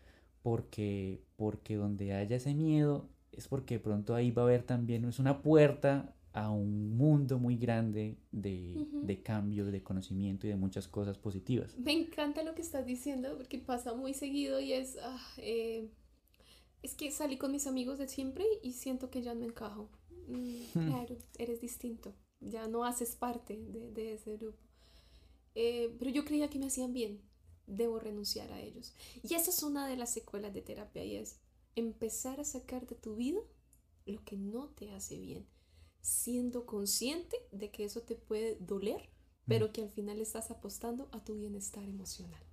porque, porque donde haya ese miedo es porque de pronto ahí va a haber también, es una puerta a un mundo muy grande de, Ujú. de cambio, de conocimiento y de muchas cosas positivas. Me encanta lo que estás diciendo porque pasa muy seguido y es, ah, eh, es que salí con mis amigos de siempre y siento que ya no encajo. Mm, claro, eres distinto, ya no haces parte de, de ese grupo. Eh, pero yo creía que me hacían bien, debo renunciar a ellos. Y esa es una de las secuelas de terapia y es empezar a sacar de tu vida lo que no te hace bien, siendo consciente de que eso te puede doler, pero que al final estás apostando a tu bienestar emocional.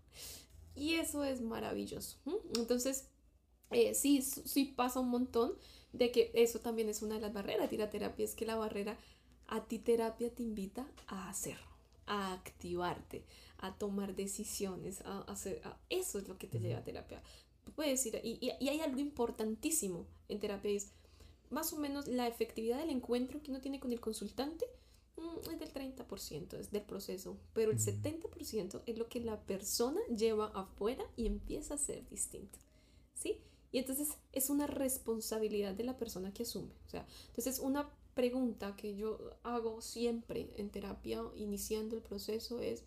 Y eso es maravilloso. ¿M? Entonces, eh, sí, sí pasa un montón de que eso también es una de las barreras de ir a terapia, es que la barrera a ti terapia te invita a hacer, a activarte, a tomar decisiones, a hacer, a- eso es lo que te lleva a terapia. Tú puedes ir, y, y, y hay algo importantísimo en terapia, es más o menos la efectividad del encuentro que uno tiene con el consultante mm, es del treinta por ciento es del proceso, pero el setenta por ciento es lo que la persona lleva afuera y empieza a ser distinto, ¿sí? Y entonces es una responsabilidad de la persona que asume. O sea, entonces una pregunta que yo hago siempre en terapia iniciando el proceso es,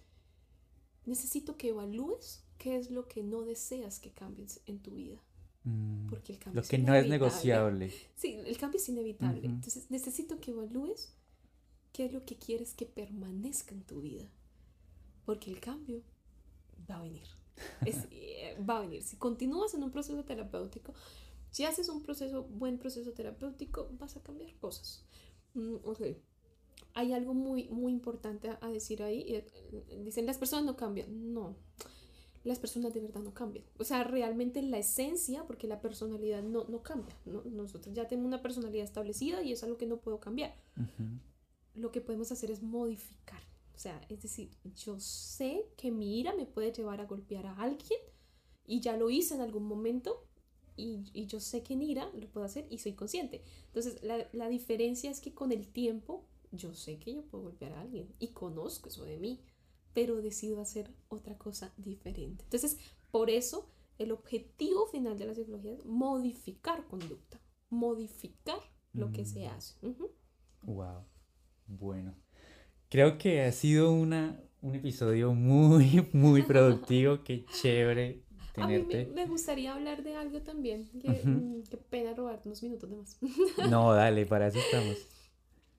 necesito que evalúes qué es lo que no deseas que cambies en tu vida, Mm, porque el cambio lo es que no es inevitable. negociable. Sí, el cambio es inevitable. Ujú. Entonces necesito que evalúes qué es lo que quieres que permanezca en tu vida, porque el cambio va a venir. Es, eh, va a venir. Si continúas en un proceso terapéutico, si haces un proceso, buen proceso terapéutico, vas a cambiar cosas. Mm, ok. Hay algo muy, muy importante a, a decir ahí. Eh, dicen, las personas no cambian. No, las personas de verdad no cambian. O sea, realmente la esencia, porque la personalidad no, no cambia. ¿No? Nosotros ya tenemos una personalidad establecida y es algo que no puedo cambiar. Ujú. Lo que podemos hacer es modificar. O sea, es decir, yo sé que mi ira me puede llevar a golpear a alguien y ya lo hice en algún momento y, y yo sé que en ira lo puedo hacer y soy consciente. Entonces, la, la diferencia es que con el tiempo yo sé que yo puedo golpear a alguien y conozco eso de mí, pero decido hacer otra cosa diferente. Entonces, por eso el objetivo final de la psicología es modificar conducta, modificar lo que se Mm, hace. Ujú. wow, bueno. Creo que ha sido una, un episodio muy, muy productivo. Qué chévere A mí me, tenerte. me gustaría hablar de algo también, que Ujú. mm, qué pena robar unos minutos de más. No, dale, para eso estamos.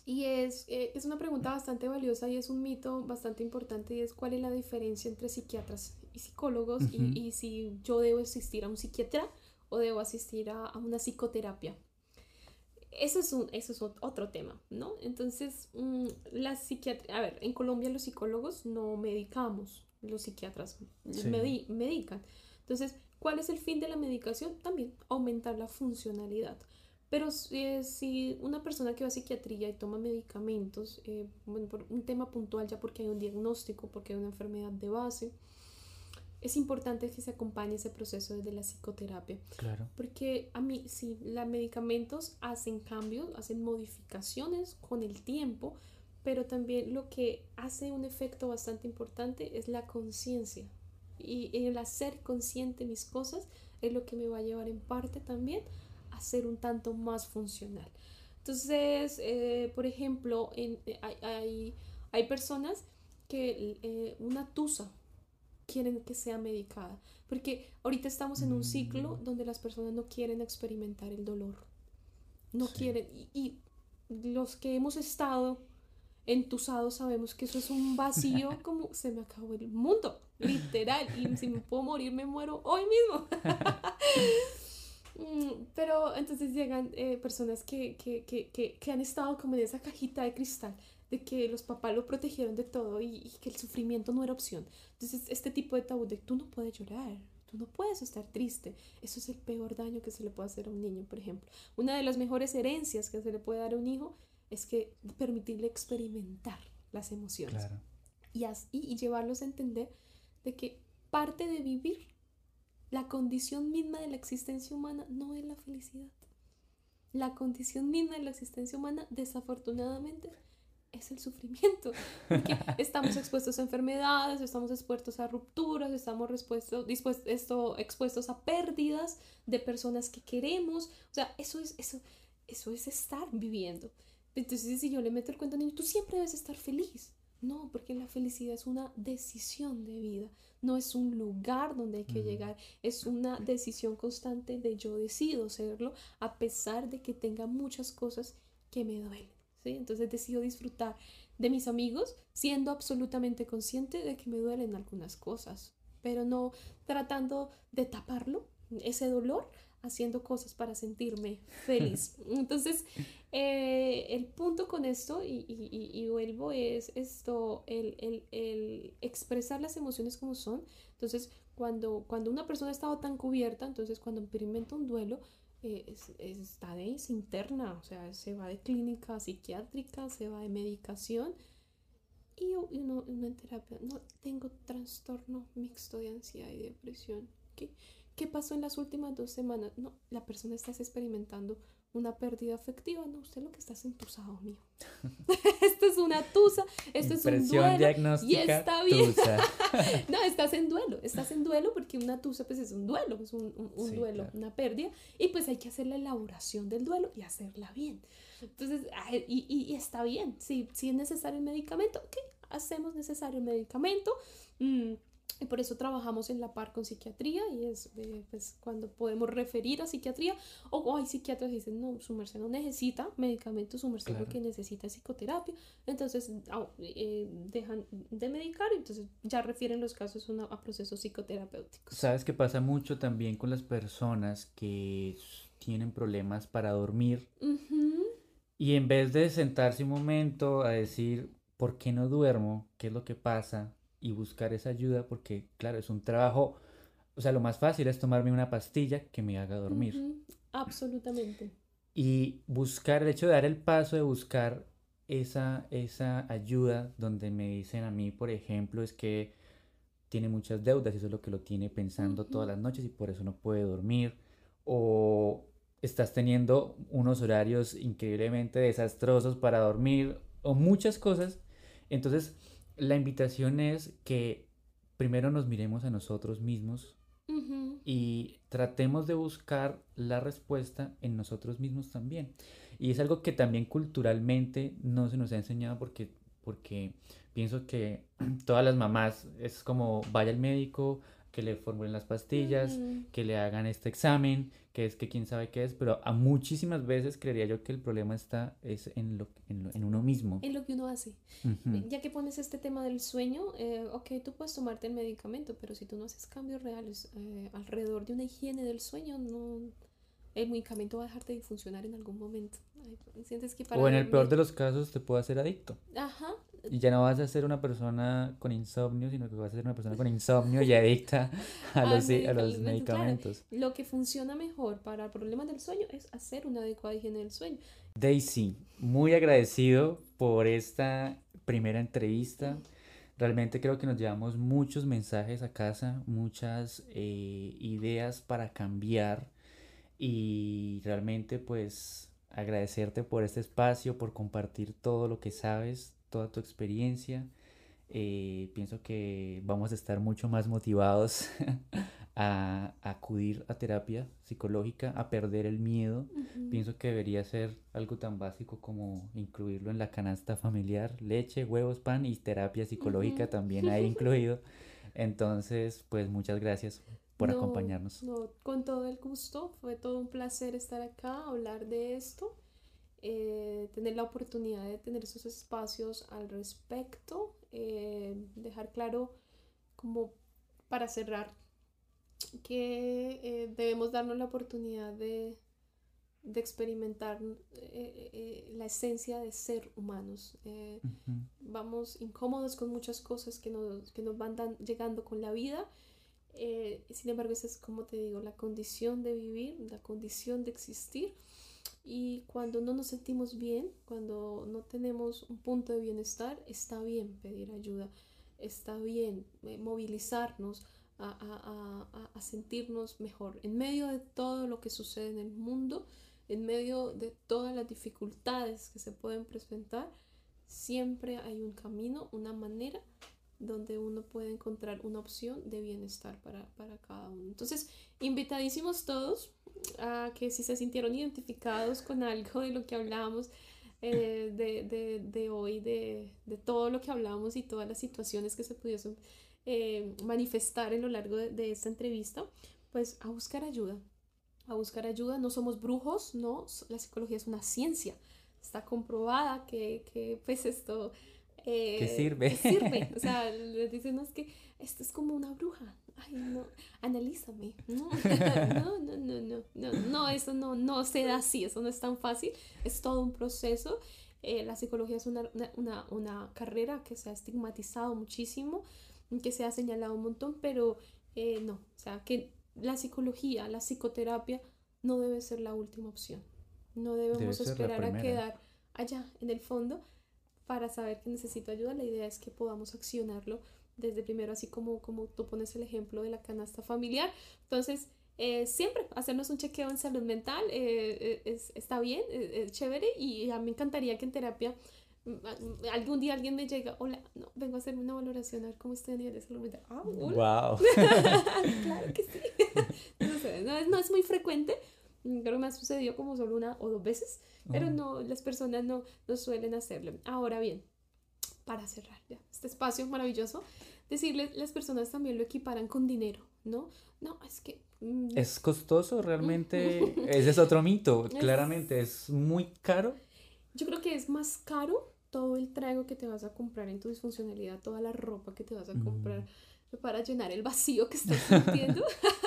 Y es, eh, es una pregunta bastante valiosa y es un mito bastante importante y es cuál es la diferencia entre psiquiatras y psicólogos y, Ujú. y si yo debo asistir a un psiquiatra o debo asistir a, a una psicoterapia. Eso es, un, eso es otro tema, ¿no? Entonces, mmm, la psiquiatría, a ver, en Colombia los psicólogos no medicamos, los psiquiatras Sí, medi medican. Entonces, ¿cuál es el fin de la medicación? También aumentar la funcionalidad. Pero si, si una persona que va a psiquiatría y toma medicamentos, eh, bueno, por un tema puntual ya porque hay un diagnóstico, porque hay una enfermedad de base, es importante que se acompañe ese proceso desde la psicoterapia. claro. Porque a mí, sí, los medicamentos hacen cambios, hacen modificaciones con el tiempo, pero también lo que hace un efecto bastante importante es la conciencia. Y el hacer consciente mis cosas es lo que me va a llevar en parte también a ser un tanto más funcional. Entonces, eh, por ejemplo, en, eh, hay, hay, hay personas que eh, una tusa quieren que sea medicada. Porque ahorita estamos en un ciclo Mm, donde las personas no quieren experimentar el dolor. No sí, quieren. Y, y los que hemos estado entusados sabemos que eso es un vacío como se me acabó el mundo. Literal. Y si me puedo morir, me muero hoy mismo. Mm, pero entonces llegan eh, personas que, que, que, que, que han estado como en esa cajita de cristal, de que los papás lo protegieron de todo y, y que el sufrimiento no era opción. Entonces este tipo de tabú de tú no puedes llorar, tú no puedes estar triste, eso es el peor daño que se le puede hacer a un niño, por ejemplo. Una de las mejores herencias que se le puede dar a un hijo es que permitirle experimentar las emociones claro. y, así, y llevarlos a entender de que parte de vivir la condición misma de la existencia humana no es la felicidad. La condición misma de la existencia humana, desafortunadamente, es el sufrimiento, porque estamos expuestos a enfermedades, estamos expuestos a rupturas, estamos expuestos, dispuesto, expuestos a pérdidas de personas que queremos, o sea, eso es, eso, eso es estar viviendo. Entonces, si yo le meto el cuento al niño, tú siempre debes estar feliz. No, porque la felicidad es una decisión de vida, no es un lugar donde hay que Mm, llegar, es una decisión constante de yo decido serlo a pesar de que tenga muchas cosas que me duelen. ¿Sí? Entonces decido disfrutar de mis amigos siendo absolutamente consciente de que me duelen algunas cosas, pero no tratando de taparlo, ese dolor, haciendo cosas para sentirme feliz. Entonces, eh, el punto con esto, y, y, y, y vuelvo, es esto, el, el, el, expresar las emociones como son. Entonces, cuando, cuando una persona ha estado tan cubierta, entonces cuando experimenta un duelo, eh, es, es, está de se interna, o sea, se va de clínica psiquiátrica, se va de medicación y, y uno, uno en terapia, no, tengo trastorno mixto de ansiedad y depresión. ¿Qué, ¿Qué pasó en las últimas dos semanas? No, la persona está experimentando una pérdida afectiva. No, usted lo que está es entusado, mío. Esto es una tusa, esto es un Impresión duelo y diagnóstica está bien. tusa. No, estás en duelo, estás en duelo porque una tusa pues es un duelo, es un, un, un Sí, duelo, claro. una pérdida y pues hay que hacer la elaboración del duelo y hacerla bien. Entonces, y, y, y está bien, si, si es necesario el medicamento, ok, hacemos necesario el medicamento. Mm, y por eso trabajamos en la par con psiquiatría y es eh, pues, cuando podemos referir a psiquiatría o, o hay psiquiatras que dicen, no, su merced no necesita medicamentos, su merced lo Claro. que necesita es psicoterapia. Entonces oh, eh, dejan de medicar y entonces ya refieren los casos una, a procesos psicoterapéuticos. ¿Sabes qué pasa mucho también con las personas que s- tienen problemas para dormir? Ujú, Y en vez de sentarse un momento a decir, ¿por qué no duermo? ¿Qué es lo que pasa? Y buscar esa ayuda, porque claro, es un trabajo, o sea, lo más fácil es tomarme una pastilla que me haga dormir. ujú, absolutamente. Y buscar, el hecho de dar el paso de buscar esa, esa ayuda donde me dicen a mí, por ejemplo, es que tiene muchas deudas y eso es lo que lo tiene pensando todas Ujú, las noches y por eso no puede dormir. O estás teniendo unos horarios increíblemente desastrosos para dormir o muchas cosas. Entonces, la invitación es que primero nos miremos a nosotros mismos ujú, y tratemos de buscar la respuesta en nosotros mismos también. Y es algo que también culturalmente no se nos ha enseñado porque, porque pienso que todas las mamás es como vaya al médico, que le formulen las pastillas, Mm. que le hagan este examen, que es que quién sabe qué es, pero a muchísimas veces creería yo que el problema está es en, lo, en, lo- en uno mismo. En lo que uno hace. Ujú. Ya que pones este tema del sueño, eh, ok, tú puedes tomarte el medicamento, pero si tú no haces cambios reales eh, alrededor de una higiene del sueño, no, el medicamento va a dejar de funcionar en algún momento. Ay, sientes que O para en el peor dormir, de los casos te puede hacer adicto. ajá, Y ya no vas a ser una persona con insomnio, sino que vas a ser una persona con insomnio y adicta a al los, i- a los medicamento, claro, medicamentos. lo que funciona mejor para problemas del sueño es hacer una adecuada higiene del sueño. Daisy, muy agradecido por esta primera entrevista. Realmente creo que nos llevamos muchos mensajes a casa, muchas eh, ideas para cambiar y realmente pues agradecerte por este espacio, por compartir todo lo que sabes, toda tu experiencia. Eh, pienso que vamos a estar mucho más motivados a, a acudir a terapia psicológica, a perder el miedo. Ujú, Pienso que debería ser algo tan básico como incluirlo en la canasta familiar, leche, huevos, pan y terapia psicológica ujú. también ahí incluido. Entonces, pues muchas gracias por No, acompañarnos. no, con todo el gusto, fue todo un placer estar acá, hablar de esto, eh, tener la oportunidad de tener esos espacios al respecto, eh, dejar claro como para cerrar que eh, debemos darnos la oportunidad de, de experimentar eh, eh, eh, la esencia de ser humanos. Eh, Ujú. vamos incómodos con muchas cosas que nos, que nos van dan- llegando con la vida. Eh, sin embargo, esa es, como te digo, la condición de vivir, la condición de existir. Y cuando no nos sentimos bien, cuando no tenemos un punto de bienestar, está bien pedir ayuda, está bien eh, movilizarnos a, a, a, a sentirnos mejor. En medio de todo lo que sucede en el mundo, en medio de todas las dificultades que se pueden presentar, siempre hay un camino, una manera donde uno puede encontrar una opción de bienestar para, para cada uno. Entonces, invitadísimos todos a que si se sintieron identificados con algo de lo que hablábamos eh, de, de, de, hoy, de, de todo lo que hablamos y todas las situaciones que se pudiesen eh, manifestar en lo largo de, de esta entrevista, pues a buscar ayuda, a buscar ayuda. No somos brujos, no, la psicología es una ciencia, está comprobada que, que pues esto ¿Qué eh, sirve? que sirve, o sea, les dicen no, es que esto es como una bruja, ay no, analízame, no, no, no, no, no, no, no, eso no, no se da así, eso no es tan fácil, es todo un proceso. Eh, la psicología es una, una, una, una carrera que se ha estigmatizado muchísimo, que se ha señalado un montón, pero eh, no, o sea, que la psicología, la psicoterapia no debe ser la última opción. No Debe debemos ser la esperar a primera. quedar allá en el fondo para saber que necesito ayuda. La idea es que podamos accionarlo desde primero, así como, como tú pones el ejemplo de la canasta familiar. Entonces, eh, siempre hacernos un chequeo en salud mental eh, eh, es, está bien, eh, es chévere y a mí me encantaría que en terapia mm, algún día alguien me llega, hola, no, vengo a hacerme una valoración a ver cómo estoy a nivel de salud mental. Ah, hola. Wow. Claro que sí. No sé, no es, no es muy frecuente. Creo que me ha sucedido como solo una o dos veces, pero no, las personas no, no suelen hacerlo. Ahora bien, para cerrar ya este espacio maravilloso, decirles, las personas también lo equiparan con dinero, ¿no? No, es que... mm, ¿Es costoso realmente? mm, Ese es otro mito, es, claramente. ¿Es muy caro? yo creo que es más caro todo el trago que te vas a comprar en tu disfuncionalidad, toda la ropa que te vas a comprar Mm. para llenar el vacío que estás sintiendo,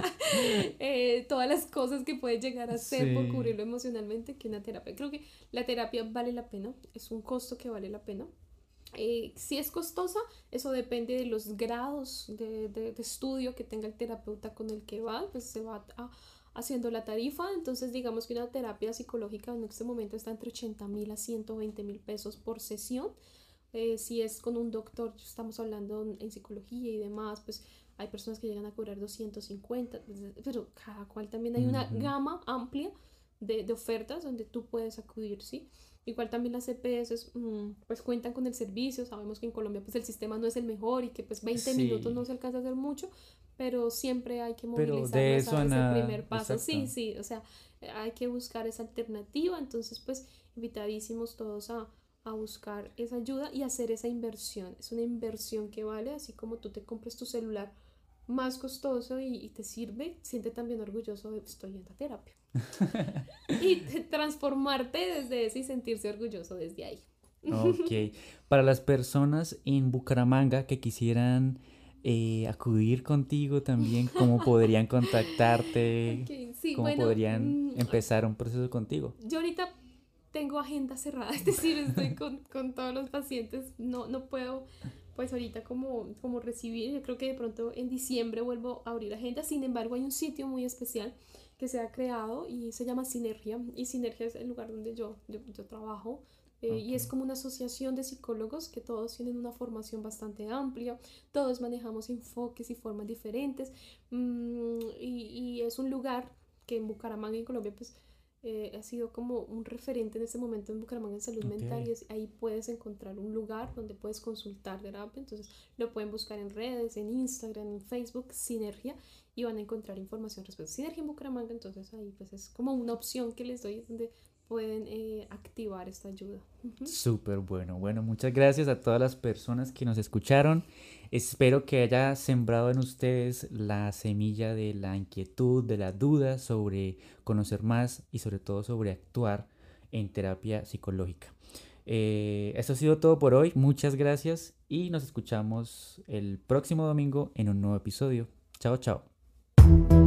eh, todas las cosas que puedes llegar a hacer por Sí. cubrirlo emocionalmente que una terapia. Creo que la terapia vale la pena, es un costo que vale la pena. Eh, si es costosa, eso depende de los grados de, de, de estudio que tenga el terapeuta con el que va, pues se va a, haciendo la tarifa. Entonces, digamos que una terapia psicológica en este momento está entre ochenta mil a ciento veinte mil pesos por sesión. Eh, si es con un doctor, estamos hablando en, en psicología y demás, pues hay personas que llegan a cobrar doscientos cincuenta, pero cada cual también hay una Ujú. gama amplia de, de ofertas donde tú puedes acudir, ¿sí? Igual también las E P S mmm, pues cuentan con el servicio, sabemos que en Colombia pues el sistema no es el mejor y que pues veinte minutos no Sí, se alcanza a hacer mucho, pero siempre hay que pero de movilizarnos a eso dar a ese nada, primer paso, sí, exacto. sí, o sea, hay que buscar esa alternativa, entonces pues invitadísimos todos a, a buscar esa ayuda y hacer esa inversión, es una inversión que vale, así como tú te compres tu celular más costoso y, y te sirve, siente también orgulloso de estoy en la terapia. Y transformarte desde eso y sentirse orgulloso desde ahí. Ok. Para las personas en Bucaramanga que quisieran eh, acudir contigo también, ¿cómo podrían contactarte? Okay, sí, ¿Cómo bueno, podrían mm, empezar un proceso contigo? yo ahorita tengo agenda cerrada, es decir, estoy con, con todos los pacientes, no, no puedo pues ahorita como, como recibir, yo creo que de pronto en diciembre vuelvo a abrir agenda, sin embargo hay un sitio muy especial que se ha creado y se llama Sinergia, y Sinergia es el lugar donde yo, yo, yo trabajo, eh, y Ok. es como una asociación de psicólogos que todos tienen una formación bastante amplia, todos manejamos enfoques y formas diferentes, mmm, y, y es un lugar que en Bucaramanga, en Colombia, pues eh, ha sido como un referente en este momento en Bucaramanga en salud Ok. mental, y es, ahí puedes encontrar un lugar donde puedes consultar terapia, entonces lo pueden buscar en redes, en Instagram, en Facebook, Sinergia, y van a encontrar información respecto a Sinergia en Bucaramanga, entonces ahí pues es como una opción que les doy donde pueden eh, activar esta ayuda. Uh-huh. Súper bueno. Bueno, muchas gracias a todas las personas que nos escucharon. Espero que haya sembrado en ustedes la semilla de la inquietud, de la duda sobre conocer más y sobre todo sobre actuar en terapia psicológica. Eh, eso ha sido todo por hoy. Muchas gracias y nos escuchamos el próximo domingo en un nuevo episodio. Chao, chao.